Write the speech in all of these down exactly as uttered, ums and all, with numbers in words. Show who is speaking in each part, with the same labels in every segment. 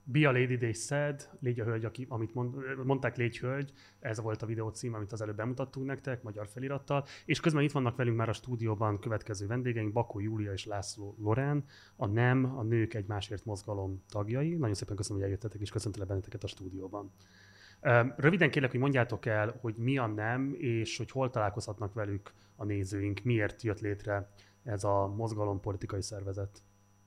Speaker 1: Be a lady they said, légy a hölgy, aki, amit mond, mondták, légy hölgy, ez volt a videó cím, amit az előbb bemutattunk nektek, magyar felirattal, és közben itt vannak velünk már a stúdióban következő vendégeink, Bakó Júlia és László Loren, a NEM, a Nők Egymásért mozgalom tagjai. Nagyon szépen köszönöm, hogy eljöttetek, és köszöntelek benneteket a stúdióban. Röviden kérlek, hogy mondjátok el, hogy mi a NEM, és hogy hol találkozhatnak velük a nézőink, miért jött létre ez a mozgalom politikai szervezet.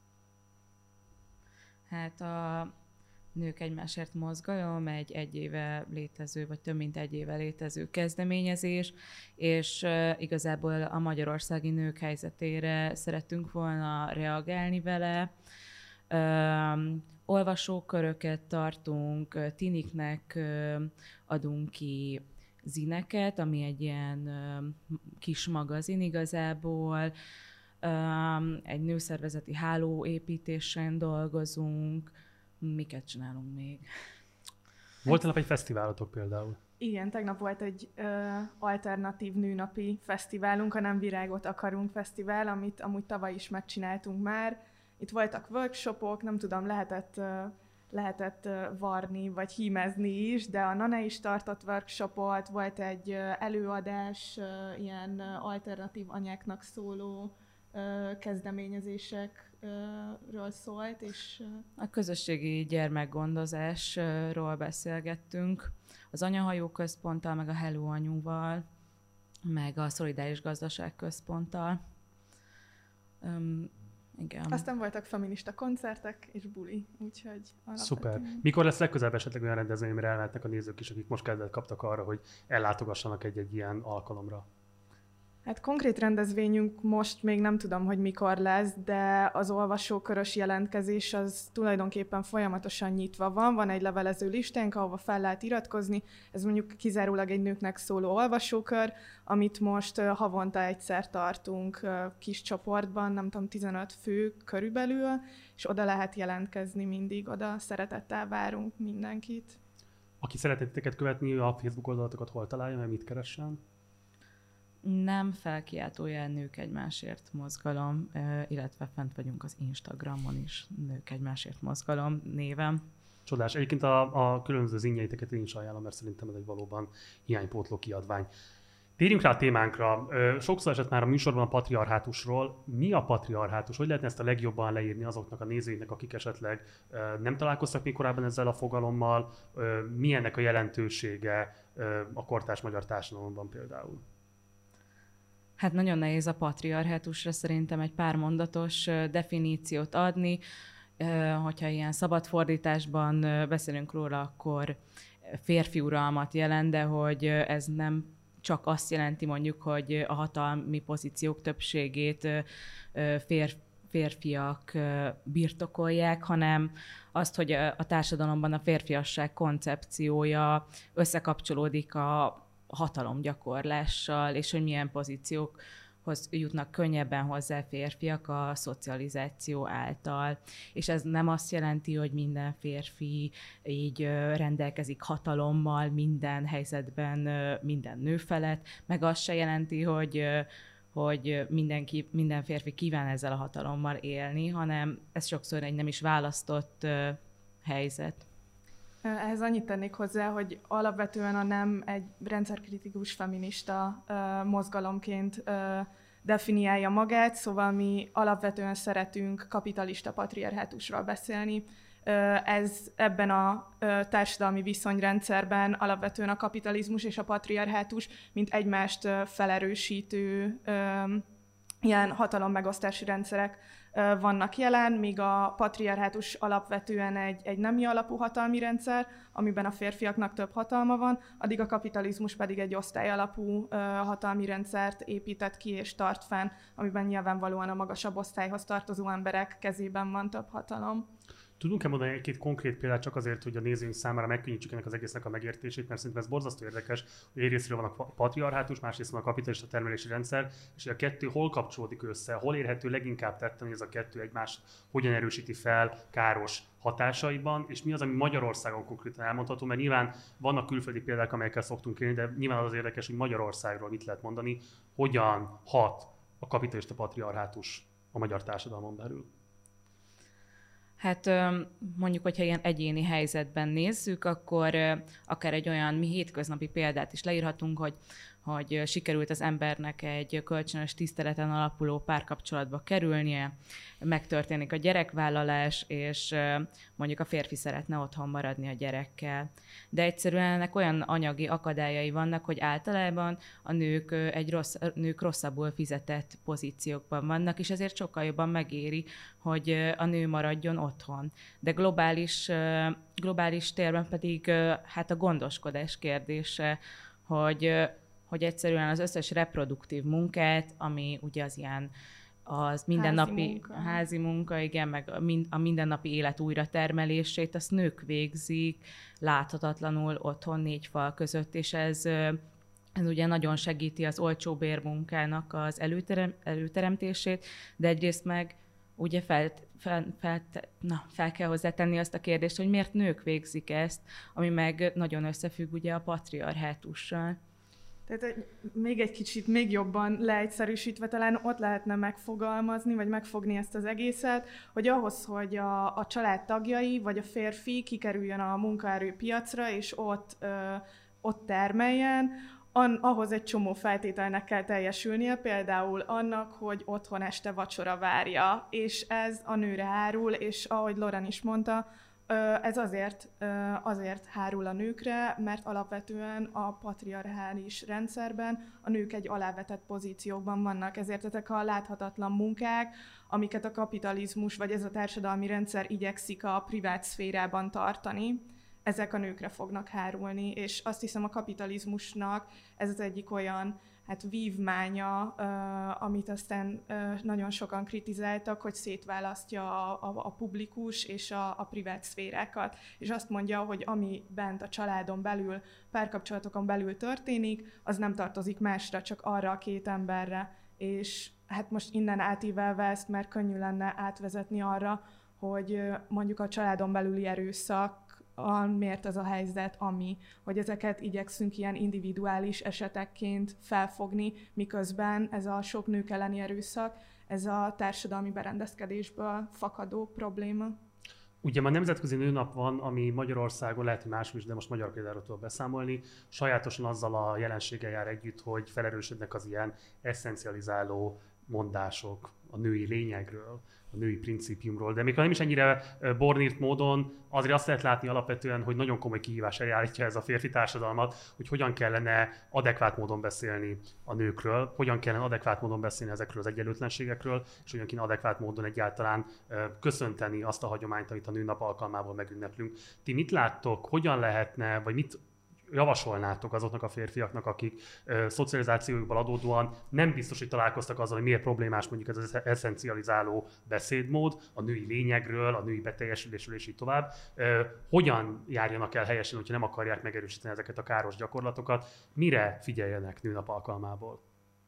Speaker 2: Hát a Nők Egymásért mozgalom egy egy éve létező, vagy több mint egy éve létező kezdeményezés, és igazából a magyarországi nők helyzetére szerettünk volna reagálni vele. Olvasóköröket tartunk, tiniknek adunk ki zineket, ami egy ilyen kis magazin igazából. Egy nőszervezeti hálóépítésen dolgozunk. Miket csinálunk még?
Speaker 1: Volt tegnap egy fesztiválotok például?
Speaker 3: Igen, tegnap volt egy ö, alternatív nőnapi fesztiválunk, a Nem Virágot Akarunk fesztivál, amit amúgy tavaly is megcsináltunk már. Itt voltak workshopok, nem tudom, lehetett, ö, lehetett ö, varni vagy hímezni is, de a Nane is tartott workshopot, volt egy ö, előadás, ö, ilyen ö, alternatív anyáknak szóló ö, kezdeményezésekről szólt, és... Ö...
Speaker 2: A közösségi gyermekgondozásról beszélgettünk, az Anyahajó Központtal, meg a Hello Anyuval, meg a Szolidáris Gazdaság Központtal. Um, igen.
Speaker 3: Aztán voltak feminista koncertek és buli, úgyhogy...
Speaker 1: Szuper. Mikor lesz legközelebb esetleg olyan rendezvény, amire elmehetnek a nézők is, akik most kedvet kaptak arra, hogy ellátogassanak egy-egy ilyen alkalomra?
Speaker 3: Hát konkrét rendezvényünk most még nem tudom, hogy mikor lesz, de az olvasókörös jelentkezés az tulajdonképpen folyamatosan nyitva van. Van egy levelező listánk, ahova fel lehet iratkozni. Ez mondjuk kizárólag egy nőknek szóló olvasókör, amit most havonta egyszer tartunk kis csoportban, nem tudom, tizenöt fő körülbelül, és oda lehet jelentkezni mindig, oda szeretettel várunk mindenkit.
Speaker 1: Aki szeretne titeket követni, a Facebook oldalatokat hol találja, mert mit keressen?
Speaker 2: Nem felkiáltójel Nők Egymásért mozgalom, illetve fent vagyunk az Instagramon is, Nők Egymásért mozgalom néven.
Speaker 1: Csodás. Egyébként a, a különböző zinjeiteket én is ajánlom, mert szerintem ez egy valóban hiánypótló kiadvány. Térjünk rá a témánkra. Sokszor esett már a műsorban a patriarhátusról. Mi a patriarhátus? Hogy lehetne ezt a legjobban leírni azoknak a nézőinknek, akik esetleg nem találkoztak még korábban ezzel a fogalommal? Mi ennek a jelentősége a kortárs magyar társadalomban például?
Speaker 2: Hát nagyon nehéz a patriarhátusra szerintem egy pár mondatos definíciót adni. Hogyha ilyen szabad fordításban beszélünk róla, akkor férfi uralmat jelent, de hogy ez nem csak azt jelenti mondjuk, hogy a hatalmi pozíciók többségét férfi férfiak birtokolják, hanem azt, hogy a társadalomban a férfiasság koncepciója összekapcsolódik a hatalomgyakorlással, és hogy milyen pozíciókhoz jutnak könnyebben hozzá férfiak a szocializáció által. És ez nem azt jelenti, hogy minden férfi így rendelkezik hatalommal minden helyzetben, minden nő felett, meg azt se jelenti, hogy hogy mindenki, minden férfi kíván ezzel a hatalommal élni, hanem ez sokszor egy nem is választott helyzet.
Speaker 3: Ehhez annyit tennék hozzá, hogy alapvetően a NEM egy rendszerkritikus feminista uh, mozgalomként uh, definiálja magát, szóval mi alapvetően szeretünk kapitalista patriarhátusról beszélni. Uh, ez ebben a uh, társadalmi viszonyrendszerben alapvetően a kapitalizmus és a patriarhátus, mint egymást uh, felerősítő uh, ilyen hatalommegosztási rendszerek vannak jelen, míg a patriarhátus alapvetően egy, egy nemi alapú hatalmi rendszer, amiben a férfiaknak több hatalma van, addig a kapitalizmus pedig egy osztály alapú uh, hatalmi rendszert épített ki és tart fenn, amiben nyilvánvalóan a magasabb osztályhoz tartozó emberek kezében van több hatalom.
Speaker 1: Tudunk-e mondani egy-két konkrét példát csak azért, hogy a nézőink számára megkönnyítsük ennek az egésznek a megértését, mert szerintem ez borzasztó érdekes, hogy egyrésztről van a patriarhátus, másrészt van a kapitalista termelési rendszer, és hogy a kettő hol kapcsolódik össze, hol érhető leginkább tetten, hogy ez a kettő egymást hogyan erősíti fel káros hatásaiban, és mi az, ami Magyarországon konkrétan elmondható, mert nyilván vannak külföldi példák, amelyekkel szoktunk élni, de nyilván az érdekes, hogy Magyarországról mit lehet mondani, hogyan hat a kapitalista patriarhátus a magyar társadalmon belül.
Speaker 2: Hát mondjuk, hogyha ilyen egyéni helyzetben nézzük, akkor akár egy olyan mi hétköznapi példát is leírhatunk, hogy hogy sikerült az embernek egy kölcsönös tiszteleten alapuló párkapcsolatba kerülnie, megtörténik a gyerekvállalás, és mondjuk a férfi szeretne otthon maradni a gyerekkel. De egyszerűen ennek olyan anyagi akadályai vannak, hogy általában a nők, egy rossz, a nők rosszabbul fizetett pozíciókban vannak, és ezért sokkal jobban megéri, hogy a nő maradjon otthon. De globális, globális térben pedig hát a gondoskodás kérdése, hogy hogy egyszerűen az összes reproduktív munkát, ami ugye az ilyen az mindennapi
Speaker 3: házi munka,
Speaker 2: házi munka igen, meg a mindennapi élet újratermelését, azt nők végzik, láthatatlanul otthon négy fal között, és ez, ez ugye nagyon segíti az olcsó bérmunkának az előterem, előteremtését, de egyrészt meg ugye fel, fel, fel, na, fel kell hozzátenni azt a kérdést, hogy miért nők végzik ezt, ami meg nagyon összefügg ugye a patriarhátussal.
Speaker 3: Tehát még egy kicsit, még jobban leegyszerűsítve talán ott lehetne megfogalmazni, vagy megfogni ezt az egészet, hogy ahhoz, hogy a, a család tagjai, vagy a férfi kikerüljön a munkaerőpiacra, és ott, ö, ott termeljen, an, ahhoz egy csomó feltételnek kell teljesülnie, például annak, hogy otthon este vacsora várja, és ez a nőre hárul, és ahogy Lauren is mondta, ez azért, azért hárul a nőkre, mert alapvetően a patriarchális rendszerben a nők egy alávetett pozíciókban vannak, ezért ezek a láthatatlan munkák, amiket a kapitalizmus vagy ez a társadalmi rendszer igyekszik a privát szférában tartani, ezek a nőkre fognak hárulni, és azt hiszem a kapitalizmusnak ez az egyik olyan hát vívmánya, uh, amit aztán uh, nagyon sokan kritizáltak, hogy szétválasztja a, a, a publikus és a, a privát szférákat, és azt mondja, hogy ami bent a családon belül, párkapcsolatokon belül történik, az nem tartozik másra, csak arra a két emberre, és hát most innen átívelve ezt már könnyű lenne átvezetni arra, hogy uh, mondjuk a családon belüli erőszak, miért az a helyzet, ami, hogy ezeket igyekszünk ilyen individuális esetekként felfogni, miközben ez a sok nők elleni erőszak, ez a társadalmi berendezkedésből fakadó probléma.
Speaker 1: Ugye ma nemzetközi nőnap van, ami Magyarországon, lehet, hogy máshol is, de most magyar példáról tudok beszámolni, sajátosan azzal a jelenséggel jár együtt, hogy felerősödnek az ilyen esszencializáló mondások a női lényegről, a női principiumról, de még ha nem is ennyire bornírt módon, azért azt lehet látni alapvetően, hogy nagyon komoly kihívás elé állítja ez a férfi társadalmat, hogy hogyan kellene adekvát módon beszélni a nőkről, hogyan kellene adekvát módon beszélni ezekről az egyenlőtlenségekről, és hogyan kéne adekvát módon egyáltalán köszönteni azt a hagyományt, amit a nőnap alkalmából megünneplünk. Ti mit láttok, hogyan lehetne, vagy mit javasolnátok azoknak a férfiaknak, akik ö, szocializációjukból adódóan nem biztos, hogy találkoztak azzal, hogy miért problémás mondjuk ez az esszencializáló beszédmód, a női lényegről, a női beteljesülésről és így tovább. Ö, hogyan járjanak el helyesen, hogyha nem akarják megerősíteni ezeket a káros gyakorlatokat, mire figyeljenek nőnap alkalmából?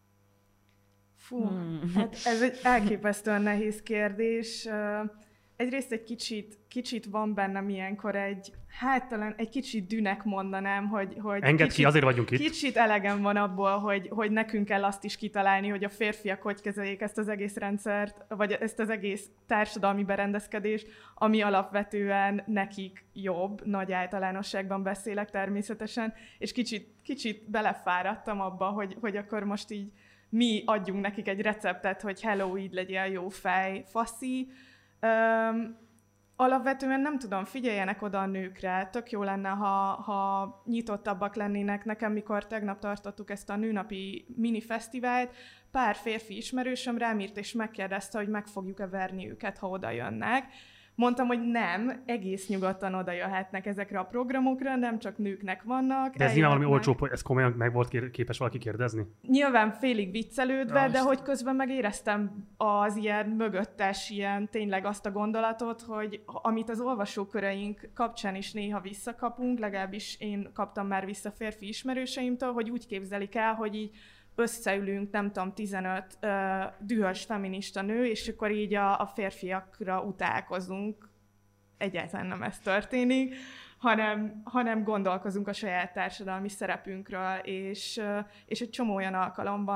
Speaker 3: Fú, hmm. hát ez egy elképesztően nehéz kérdés. Egyrészt egy kicsit, kicsit van bennem ilyenkor egy, hát talán egy kicsit dünek mondanám, hogy, hogy
Speaker 1: Engedd
Speaker 3: kicsit,
Speaker 1: ki, azért vagyunk itt.
Speaker 3: Kicsit elegem van abból, hogy, hogy nekünk kell azt is kitalálni, hogy a férfiak hogy kezeljék ezt az egész rendszert, vagy ezt az egész társadalmi berendezkedést, ami alapvetően nekik jobb, nagy általánosságban beszélek természetesen, és kicsit, kicsit belefáradtam abba, hogy, hogy akkor most így mi adjunk nekik egy receptet, hogy hello, így legyél jó fej, faszi. Um, alapvetően nem tudom, figyeljenek oda a nőkre, tök jó lenne, ha, ha nyitottabbak lennének. Nekem, mikor tegnap tartottuk ezt a nőnapi mini fesztivált, pár férfi ismerősöm rám írt és megkérdezte, hogy meg fogjuk-e verni őket, ha oda jönnek. Mondtam, hogy nem, egész nyugodtan oda jöhetnek ezekre a programokra, nem csak nőknek vannak.
Speaker 1: De ez nyilván valami olcsó, hogy ez komolyan meg volt képes valaki kérdezni?
Speaker 3: Nyilván félig viccelődve,
Speaker 1: ja,
Speaker 3: de hogy közben megéreztem az ilyen mögöttes, ilyen tényleg azt a gondolatot, hogy amit az olvasóköreink kapcsán is néha visszakapunk, legalábbis én kaptam már vissza férfi ismerőseimtől, hogy úgy képzelik el, hogy így összeülünk, nem tudom, tizenöt uh, dühös feminista nő, és akkor így a, a férfiakra utálkozunk. Egyáltalán nem ez történik, hanem, hanem gondolkozunk a saját társadalmi szerepünkről, és, uh, és egy csomó olyan alkalomban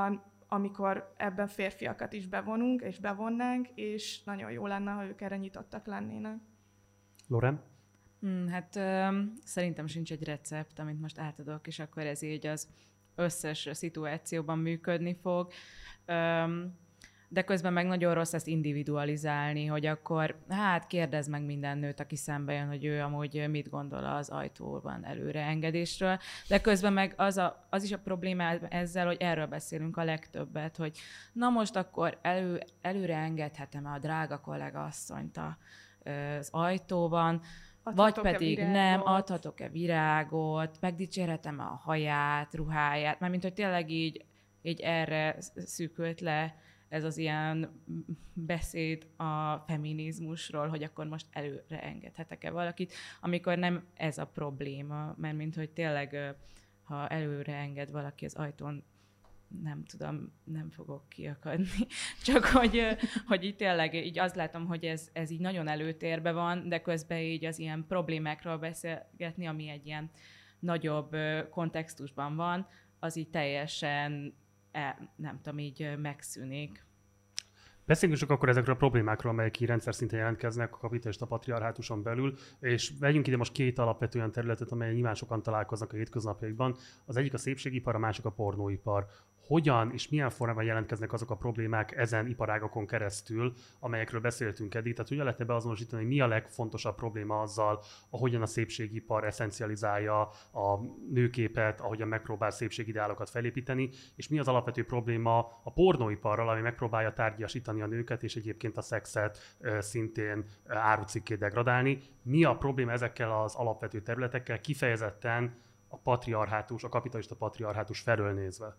Speaker 3: amikor ebben férfiakat is bevonunk, és bevonnánk, és nagyon jó lenne, ha ők erre nyitottak lennének.
Speaker 1: Loren?
Speaker 2: Hmm, hát ö, szerintem sincs egy recept, amit most átadok, és akkor ez így az összes szituációban működni fog. Ö, de közben meg nagyon rossz ezt individualizálni, hogy akkor hát kérdezd meg minden nőt, aki szembe jön, hogy ő amúgy mit gondol az ajtóban előreengedésről, de közben meg az, a, az is a probléma ezzel, hogy erről beszélünk a legtöbbet, hogy na most akkor elő, előre engedhetem a drága kollega asszonyt az ajtóban, adhatok vagy pedig nem, adhatok-e virágot, megdicsérhetem a haját, ruháját, mármint hogy tényleg így, így erre szűkült le ez az ilyen beszéd a feminizmusról, hogy akkor most előre engedhetek-e valakit, amikor nem ez a probléma, mert mint hogy tényleg, ha előre enged valaki az ajtón, nem tudom, nem fogok kiakadni, csak hogy, hogy így tényleg így azt látom, hogy ez, ez így nagyon előtérbe van, de közben így az ilyen problémákról beszélgetni, ami egy ilyen nagyobb kontextusban van, az így teljesen E, nem tudom, így megszűnik.
Speaker 1: Beszéljünk csak akkor ezekről a problémákról, amelyek így rendszer szinten jelentkeznek a kapitalista patriarhátuson belül, és vegyünk ide most két alapvető területet, amelyen nyilván sokan találkoznak a hétköznapjaikban. Az egyik a szépségipar, a másik a pornóipar. Hogyan és milyen formában jelentkeznek azok a problémák ezen iparágokon keresztül, amelyekről beszéltünk eddig? Tehát hogyan lehet beazonosítani, hogy mi a legfontosabb probléma azzal, ahogyan a szépségipar eszencializálja a nőképet, ahogyan megpróbál szépségideálokat felépíteni, és mi az alapvető probléma a pornóiparral, ami megpróbálja tárgyasítani a nőket, és egyébként a szexet szintén árucikké degradálni. Mi a probléma ezekkel az alapvető területekkel, kifejezetten a patriarhátus, a kapitalista patriarhátus felől nézve?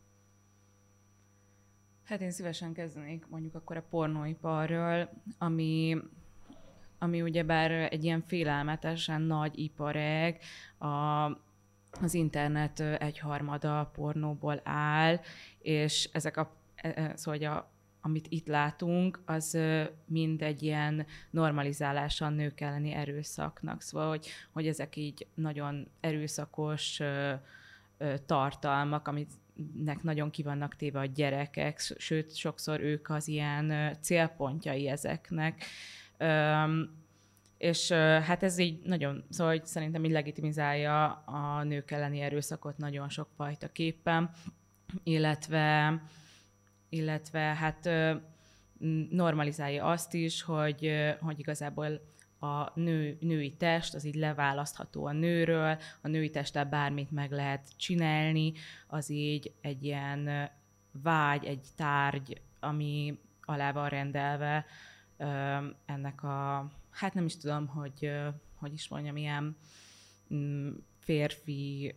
Speaker 2: Hát én szívesen kezdenék mondjuk akkor a pornóiparról, ami, ami ugyebár egy ilyen félelmetesen nagy iparág, a, az internet egyharmada pornóból áll, és ezek a, szóval a, amit itt látunk, az mind egy ilyen normalizálása a nők elleni erőszaknak. Szóval, hogy, hogy ezek így nagyon erőszakos tartalmak, amit nek nagyon ki vannak téve a gyerekek, sőt, sokszor ők az ilyen célpontjai ezeknek. Üm, és hát ez így nagyon, szóval szerintem így legitimizálja a nők elleni erőszakot nagyon sok fajta képpen, illetve, illetve hát normalizálja azt is, hogy, hogy igazából a nő, női test az így leválasztható a nőről, a női testtel bármit meg lehet csinálni, az így egy ilyen vágy, egy tárgy, ami alá van rendelve ennek a, hát nem is tudom, hogy hogy is mondjam, ilyen férfi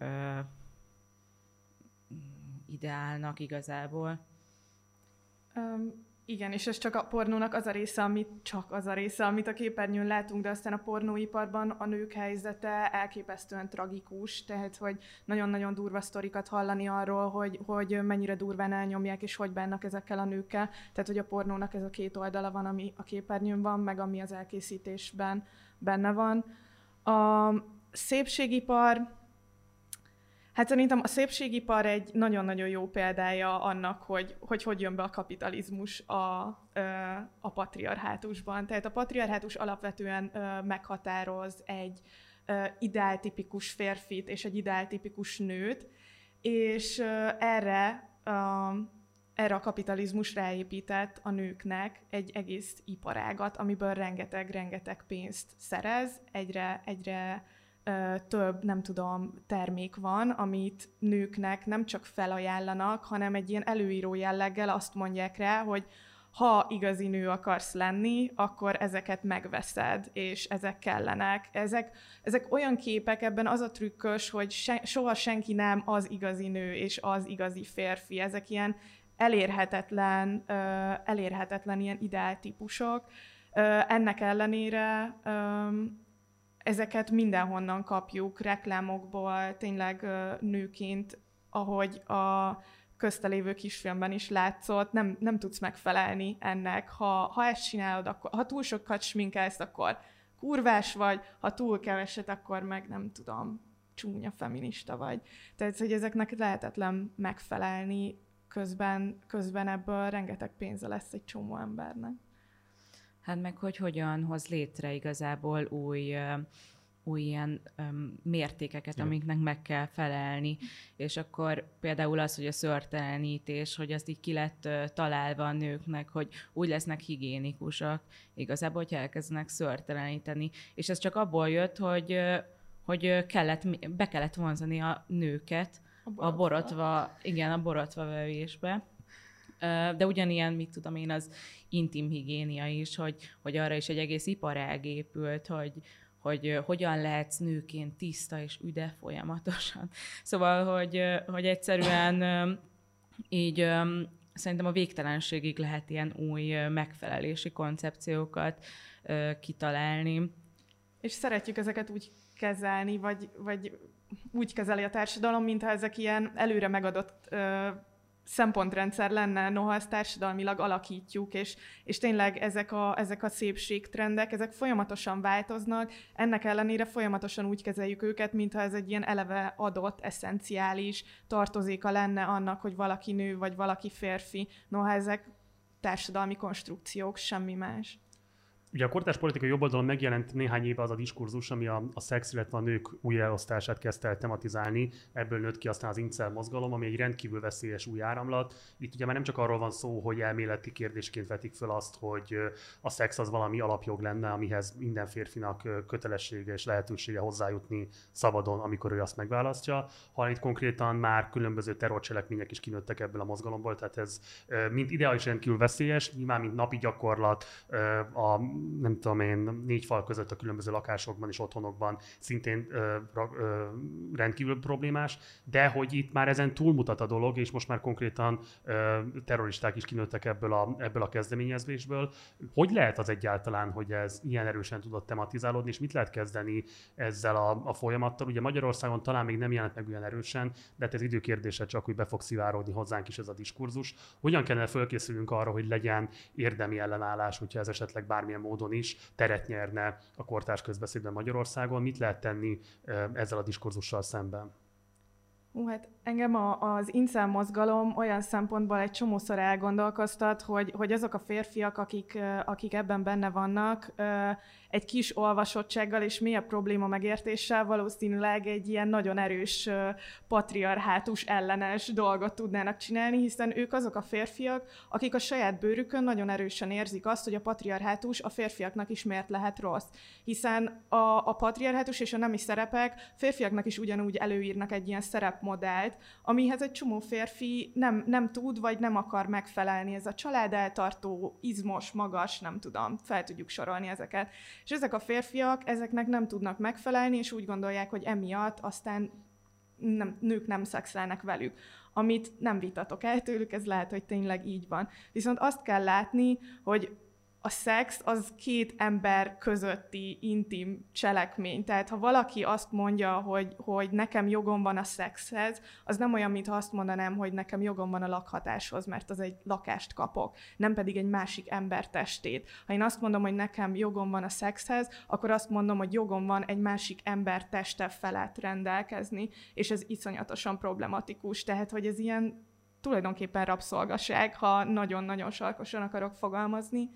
Speaker 2: ideálnak igazából.
Speaker 3: Um. Igen, és ez csak a pornónak az a része, amit csak az a része, amit a képernyőn látunk, de aztán a pornóiparban a nők helyzete elképesztően tragikus, tehát hogy nagyon-nagyon durva sztorikat hallani arról, hogy, hogy mennyire durván elnyomják, és hogy bánnak ezekkel a nőkkel. Tehát, hogy a pornónak ez a két oldala van, ami a képernyőn van, meg ami az elkészítésben benne van. A szépségipar... Hát szerintem a szépségipar egy nagyon-nagyon jó példája annak, hogy hogy, hogy jön be a kapitalizmus a, a patriarhátusban. Tehát a patriarhátus alapvetően meghatároz egy ideáltipikus férfit és egy ideáltipikus nőt, és erre, erre a kapitalizmus ráépített a nőknek egy egész iparágat, amiből rengeteg-rengeteg pénzt szerez, egyre, egyre több, nem tudom, termék van, amit nőknek nem csak felajánlanak, hanem egy ilyen előíró jelleggel azt mondják rá, hogy ha igazi nő akarsz lenni, akkor ezeket megveszed, és ezek kellenek. Ezek, ezek olyan képek, ebben az a trükkös, hogy se, soha senki nem az igazi nő, és az igazi férfi. Ezek ilyen elérhetetlen, elérhetetlen ilyen ideáltípusok. Ennek ellenére ezeket mindenhonnan kapjuk, reklámokból, tényleg nőként, ahogy a közte lévő kisfilmben is látszott, nem, nem tudsz megfelelni ennek. Ha, ha ezt csinálod, akkor, ha túl sokat sminkelsz, akkor kurvás vagy, ha túl keveset, akkor meg nem tudom, csúnya feminista vagy. Tehát, hogy ezeknek lehetetlen megfelelni. közben, közben ebből rengeteg pénze lesz egy csomó embernek.
Speaker 2: Hát meg hogy hogyan hoz létre igazából új, új ilyen um, mértékeket,
Speaker 1: Igen.
Speaker 2: amiknek meg kell felelni, és akkor például az, hogy a szőrtelenítés, hogy azt így ki lett uh, találva a nőknek, hogy úgy lesznek higiénikusak, igazából, hogy elkezdenek szőrteleníteni, és ez csak abból jött, hogy, uh, hogy kellett, be kellett vonzani a nőket a borotva, a borotva igen, a borotva vevésbe. De ugyanilyen, mit tudom én, az intim higiénia is, hogy, hogy arra is egy egész iparág épült, hogy, hogy hogyan lehetsz nőként tiszta és üde folyamatosan. Szóval, hogy, hogy egyszerűen így szerintem a végtelenségig lehet ilyen új megfelelési koncepciókat kitalálni.
Speaker 3: És szeretjük ezeket úgy kezelni, vagy, vagy úgy kezeli a társadalom, mintha ezek ilyen előre megadott ö, szempontrendszer lenne, noha ezt társadalmilag alakítjuk, és, és tényleg ezek a, ezek a szépségtrendek, ezek folyamatosan változnak, ennek ellenére folyamatosan úgy kezeljük őket, mintha ez egy ilyen eleve adott, eszenciális tartozéka lenne annak, hogy valaki nő, vagy valaki férfi, noha ezek társadalmi konstrukciók, semmi más.
Speaker 1: Ugye a kortárs politikai jobboldalon megjelent néhány éve az a diskurzus, ami a, a szex, illetve a nők újraelosztását kezdte el tematizálni. Ebből nőtt ki aztán az incel mozgalom, ami egy rendkívül veszélyes új áramlat. Itt ugye már nem csak arról van szó, hogy elméleti kérdésként vetik föl azt, hogy a szex az valami alapjog lenne, amihez minden férfinak kötelessége és lehetősége hozzájutni szabadon, amikor ő azt megválasztja, hanem itt konkrétan már különböző terrorcselekmények is kinőttek ebből a mozgalomból, tehát ez mint ideális rendkívül veszélyes, nyilván mint napi gyakorlat a nem tudom én, négy fal között a különböző lakásokban és otthonokban szintén ö, ö, rendkívül problémás, de hogy itt már ezen túlmutat a dolog, és most már konkrétan ö, terroristák is kinőttek ebből a, ebből a kezdeményezésből. Hogy lehet az egyáltalán, hogy ez ilyen erősen tudott tematizálódni, és mit lehet kezdeni ezzel a, a folyamattal? Ugye Magyarországon talán még nem jelent meg olyan erősen, de hát ez időkérdése, csak úgy be fog szivárogni hozzánk is ez a diskurzus. Hogyan kellene fölkészülnünk arra, hogy legyen érdemi ellenállás, hogyha ez esetleg bármilyen módon is teret nyerne a kortárs közbeszédben Magyarországon? Mit lehet tenni ezzel a diskurzussal szemben?
Speaker 3: Hú, hát engem a, az incel mozgalom olyan szempontból egy csomószor elgondolkoztat, hogy, hogy azok a férfiak, akik, akik ebben benne vannak, egy kis olvasottsággal és mélyebb probléma megértéssel valószínűleg egy ilyen nagyon erős patriarhátus ellenes dolgot tudnának csinálni, hiszen ők azok a férfiak, akik a saját bőrükön nagyon erősen érzik azt, hogy a patriarhátus a férfiaknak is miért lehet rossz. Hiszen a, a patriarhátus és a nemi szerepek férfiaknak is ugyanúgy előírnak egy ilyen szerepmodellt, amihez egy csomó férfi nem, nem tud, vagy nem akar megfelelni. Ez a családeltartó, izmos, magas, nem tudom, fel tudjuk sorolni ezeket. És ezek a férfiak ezeknek nem tudnak megfelelni, és úgy gondolják, hogy emiatt aztán nem, nők nem szexelnek velük. Amit nem vitatok el tőlük, ez lehet, hogy tényleg így van. Viszont azt kell látni, hogy a szex az két ember közötti intim cselekmény. Tehát ha valaki azt mondja, hogy, hogy nekem jogom van a szexhez, az nem olyan, mintha azt mondanám, hogy nekem jogom van a lakhatáshoz, mert az egy lakást kapok, nem pedig egy másik ember testét. Ha én azt mondom, hogy nekem jogom van a szexhez, akkor azt mondom, hogy jogom van egy másik ember teste felett rendelkezni, és ez iszonyatosan problematikus. Tehát, hogy ez ilyen tulajdonképpen rabszolgaság, ha nagyon-nagyon sarkosan akarok fogalmazni.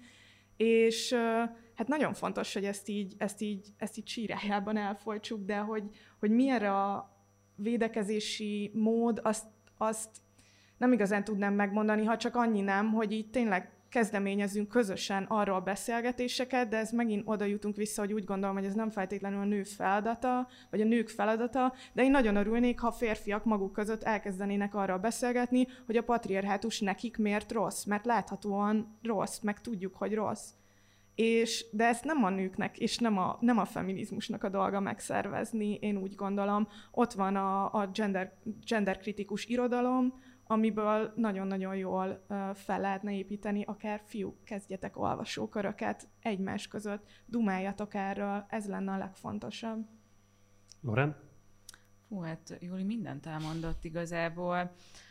Speaker 3: És hát nagyon fontos, hogy ezt így, ezt így, ezt így sírájában elfolytsuk, de hogy, hogy milyen a védekezési mód, azt, azt nem igazán tudnám megmondani, ha csak annyi nem, hogy így tényleg kezdeményezünk közösen arról beszélgetéseket, de ez megint oda jutunk vissza, hogy úgy gondolom, hogy ez nem feltétlenül a nő feladata, vagy a nők feladata, de én nagyon örülnék, ha a férfiak maguk között elkezdenének arról beszélgetni, hogy a patriarhátus nekik miért rossz, mert láthatóan rossz, meg tudjuk, hogy rossz. És, de ezt nem a nőknek, és nem a, nem a feminizmusnak a dolga megszervezni, én úgy gondolom. Ott van a, a gender, genderkritikus irodalom, amiből nagyon-nagyon jól uh, fel lehetne építeni, akár fiúk, kezdjetek olvasóköröket egymás között, dumáljatok erről, ez lenne a legfontosabb.
Speaker 1: Loren?
Speaker 2: Fú, hát Júli mindent elmondott igazából.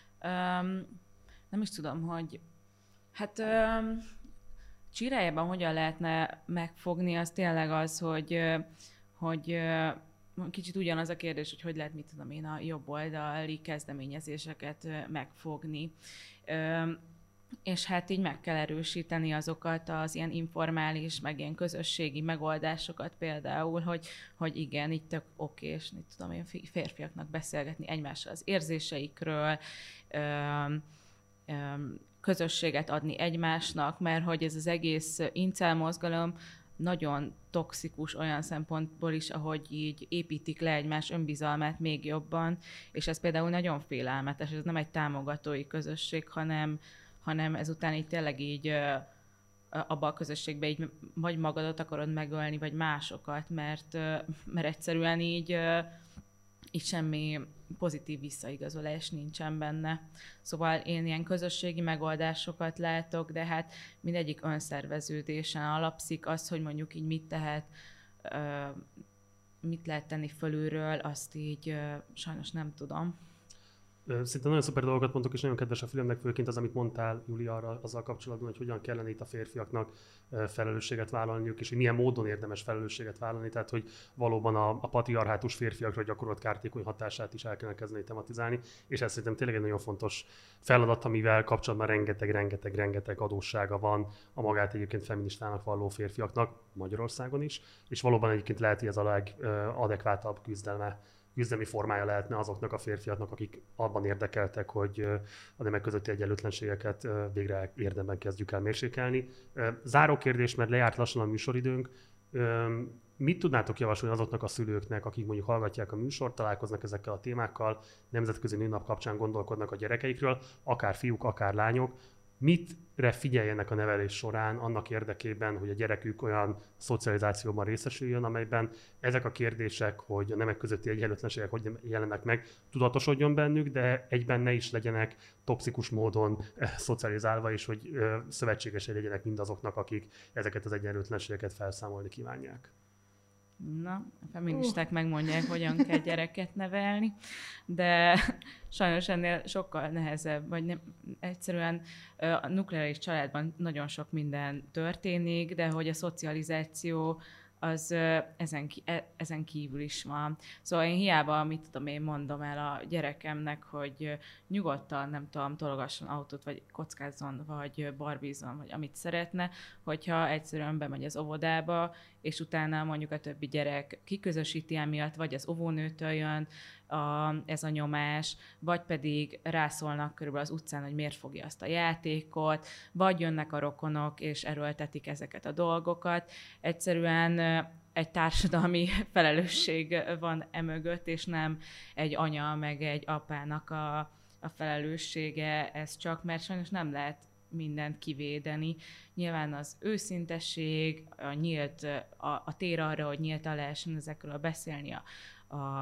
Speaker 2: Um, nem is tudom, hogy hát um, csirájában hogyan lehetne megfogni, az tényleg az, hogy, hogy kicsit ugyanaz a kérdés, hogy hogy lehet, mit tudom én, a jobb oldali kezdeményezéseket megfogni. És hát így meg kell erősíteni azokat az ilyen informális, meg ilyen közösségi megoldásokat például, hogy, hogy igen, itt tök okés, mit tudom én, férfiaknak beszélgetni egymással az érzéseikről, öm, öm, közösséget adni egymásnak, mert hogy ez az egész incel mozgalom nagyon toxikus olyan szempontból is, ahogy így építik le egymás önbizalmát még jobban, és ez például nagyon félelmetes, ez nem egy támogatói közösség, hanem hanem ezután így tényleg így abba a közösségbe így vagy magadat akarod megölni, vagy másokat, mert, mert egyszerűen így, így semmi pozitív visszaigazolás nincsen benne. Szóval én ilyen közösségi megoldásokat látok, de hát mindegyik önszerveződésen alapszik. Az, hogy mondjuk így mit tehet, mit lehet tenni fölülről, azt így sajnos nem tudom.
Speaker 1: Szinte nagyon szuper dolgokat mondtok, és nagyon kedves a filmnek, főként az, amit mondtál, Júlia, arra azzal kapcsolatban, hogy hogyan kellene itt a férfiaknak felelősséget vállalniuk, és hogy milyen módon érdemes felelősséget vállalni, tehát hogy valóban a, a patriarhátus férfiakra gyakorolt kártékony hatását is el kellene kezdeni tematizálni, és ez szerintem tényleg egy nagyon fontos feladat, amivel kapcsolatban rengeteg, rengeteg, rengeteg adóssága van a magát egyébként feministának valló férfiaknak Magyarországon is, és valóban egyébként lehet, hogy ez a legadekvátabb küzdelme küzdelmi formája lehetne azoknak a férfiaknak, akik abban érdekeltek, hogy a nemek közötti egyenlőtlenségeket végre érdemben kezdjük el mérsékelni. Záró kérdés, mert lejárt lassan a műsoridőnk. Mit tudnátok javasolni azoknak a szülőknek, akik mondjuk hallgatják a műsort, találkoznak ezekkel a témákkal, nemzetközi nőnap kapcsán gondolkodnak a gyerekeikről, akár fiúk, akár lányok, mitre figyeljenek a nevelés során annak érdekében, hogy a gyerekük olyan szocializációban részesüljön, amelyben ezek a kérdések, hogy a nemek közötti egyenlőtlenségek hogy jelennek meg, tudatosodjon bennük, de egyben ne is legyenek toxikus módon szocializálva, és hogy szövetségesei legyenek mindazoknak, akik ezeket az egyenlőtlenségeket felszámolni kívánják.
Speaker 2: Na, a feministák uh. megmondják, hogyan kell gyereket nevelni, de sajnos ennél sokkal nehezebb, vagy nem, egyszerűen a nukleáris családban nagyon sok minden történik, de hogy a szocializáció az ezen, ezen kívül is van. Szóval én hiába, mit tudom én, mondom el a gyerekemnek, hogy nyugodtan, nem tudom, tologasson autót, vagy kockázzon, vagy barbízzon, vagy amit szeretne, hogyha egyszerűen bemegy az óvodába, és utána mondjuk a többi gyerek kiközösíti emiatt, vagy az óvónőtől jön a, ez a nyomás, vagy pedig rászólnak körülbelül az utcán, hogy miért fogja azt a játékot, vagy jönnek a rokonok, és erőltetik ezeket a dolgokat. Egyszerűen egy társadalmi felelősség van emögött, és nem egy anya, meg egy apának a, a felelőssége ez csak, mert sajnos nem lehet mindent kivédeni. Nyilván az őszintesség, a nyílt, a, a tér arra, hogy nyíltan lehessen ezekről beszélni a, a,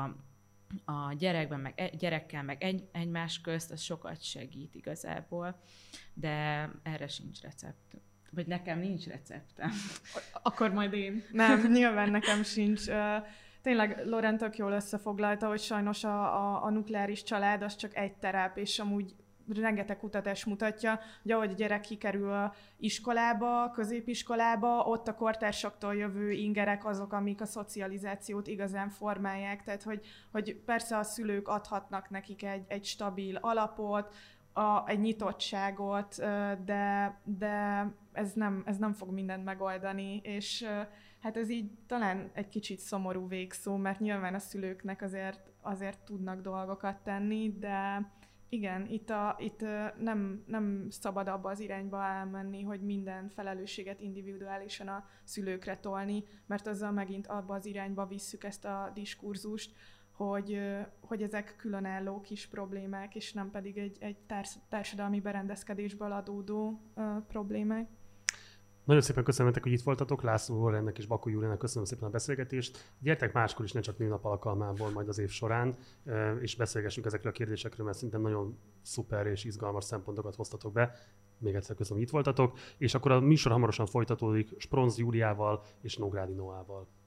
Speaker 2: a gyerekben, meg gyerekkel, meg egy, egymás közt, az sokat segít igazából, de erre sincs recept. Vagy nekem nincs receptem.
Speaker 3: Akkor majd én. Nem, nyilván nekem sincs. Tényleg Lauren tök jól összefoglalta, hogy sajnos a, a, a nukleáris család az csak egy terep, és amúgy rengeteg kutatás mutatja, hogy ahogy a gyerek kikerül a iskolába, középiskolába, ott a kortársaktól jövő ingerek azok, amik a szocializációt igazán formálják. Tehát, hogy, hogy persze a szülők adhatnak nekik egy, egy stabil alapot, a, egy nyitottságot, de, de ez, nem, ez nem fog mindent megoldani, és hát ez így talán egy kicsit szomorú végszó, mert nyilván a szülőknek azért, azért tudnak dolgokat tenni, de igen, itt, a, itt nem, nem szabad abba az irányba elmenni, hogy minden felelősséget individuálisan a szülőkre tolni, mert azzal megint abba az irányba visszük ezt a diskurzust, hogy, hogy ezek különálló kis problémák, és nem pedig egy, egy társ, társadalmi berendezkedésből adódó uh, problémák.
Speaker 1: Nagyon szépen köszönöm nektek, hogy itt voltatok. László Laurennek és Bakó Júliának köszönöm szépen a beszélgetést. Gyertek máskor is, ne csak nőnap alkalmából, majd az év során, és beszélgessünk ezekről a kérdésekről, mert szerintem nagyon szuper és izgalmas szempontokat hoztatok be. Még egyszer köszönöm, hogy itt voltatok. És akkor a műsor hamarosan folytatódik Spronz Júliával és Nógrádi Noával.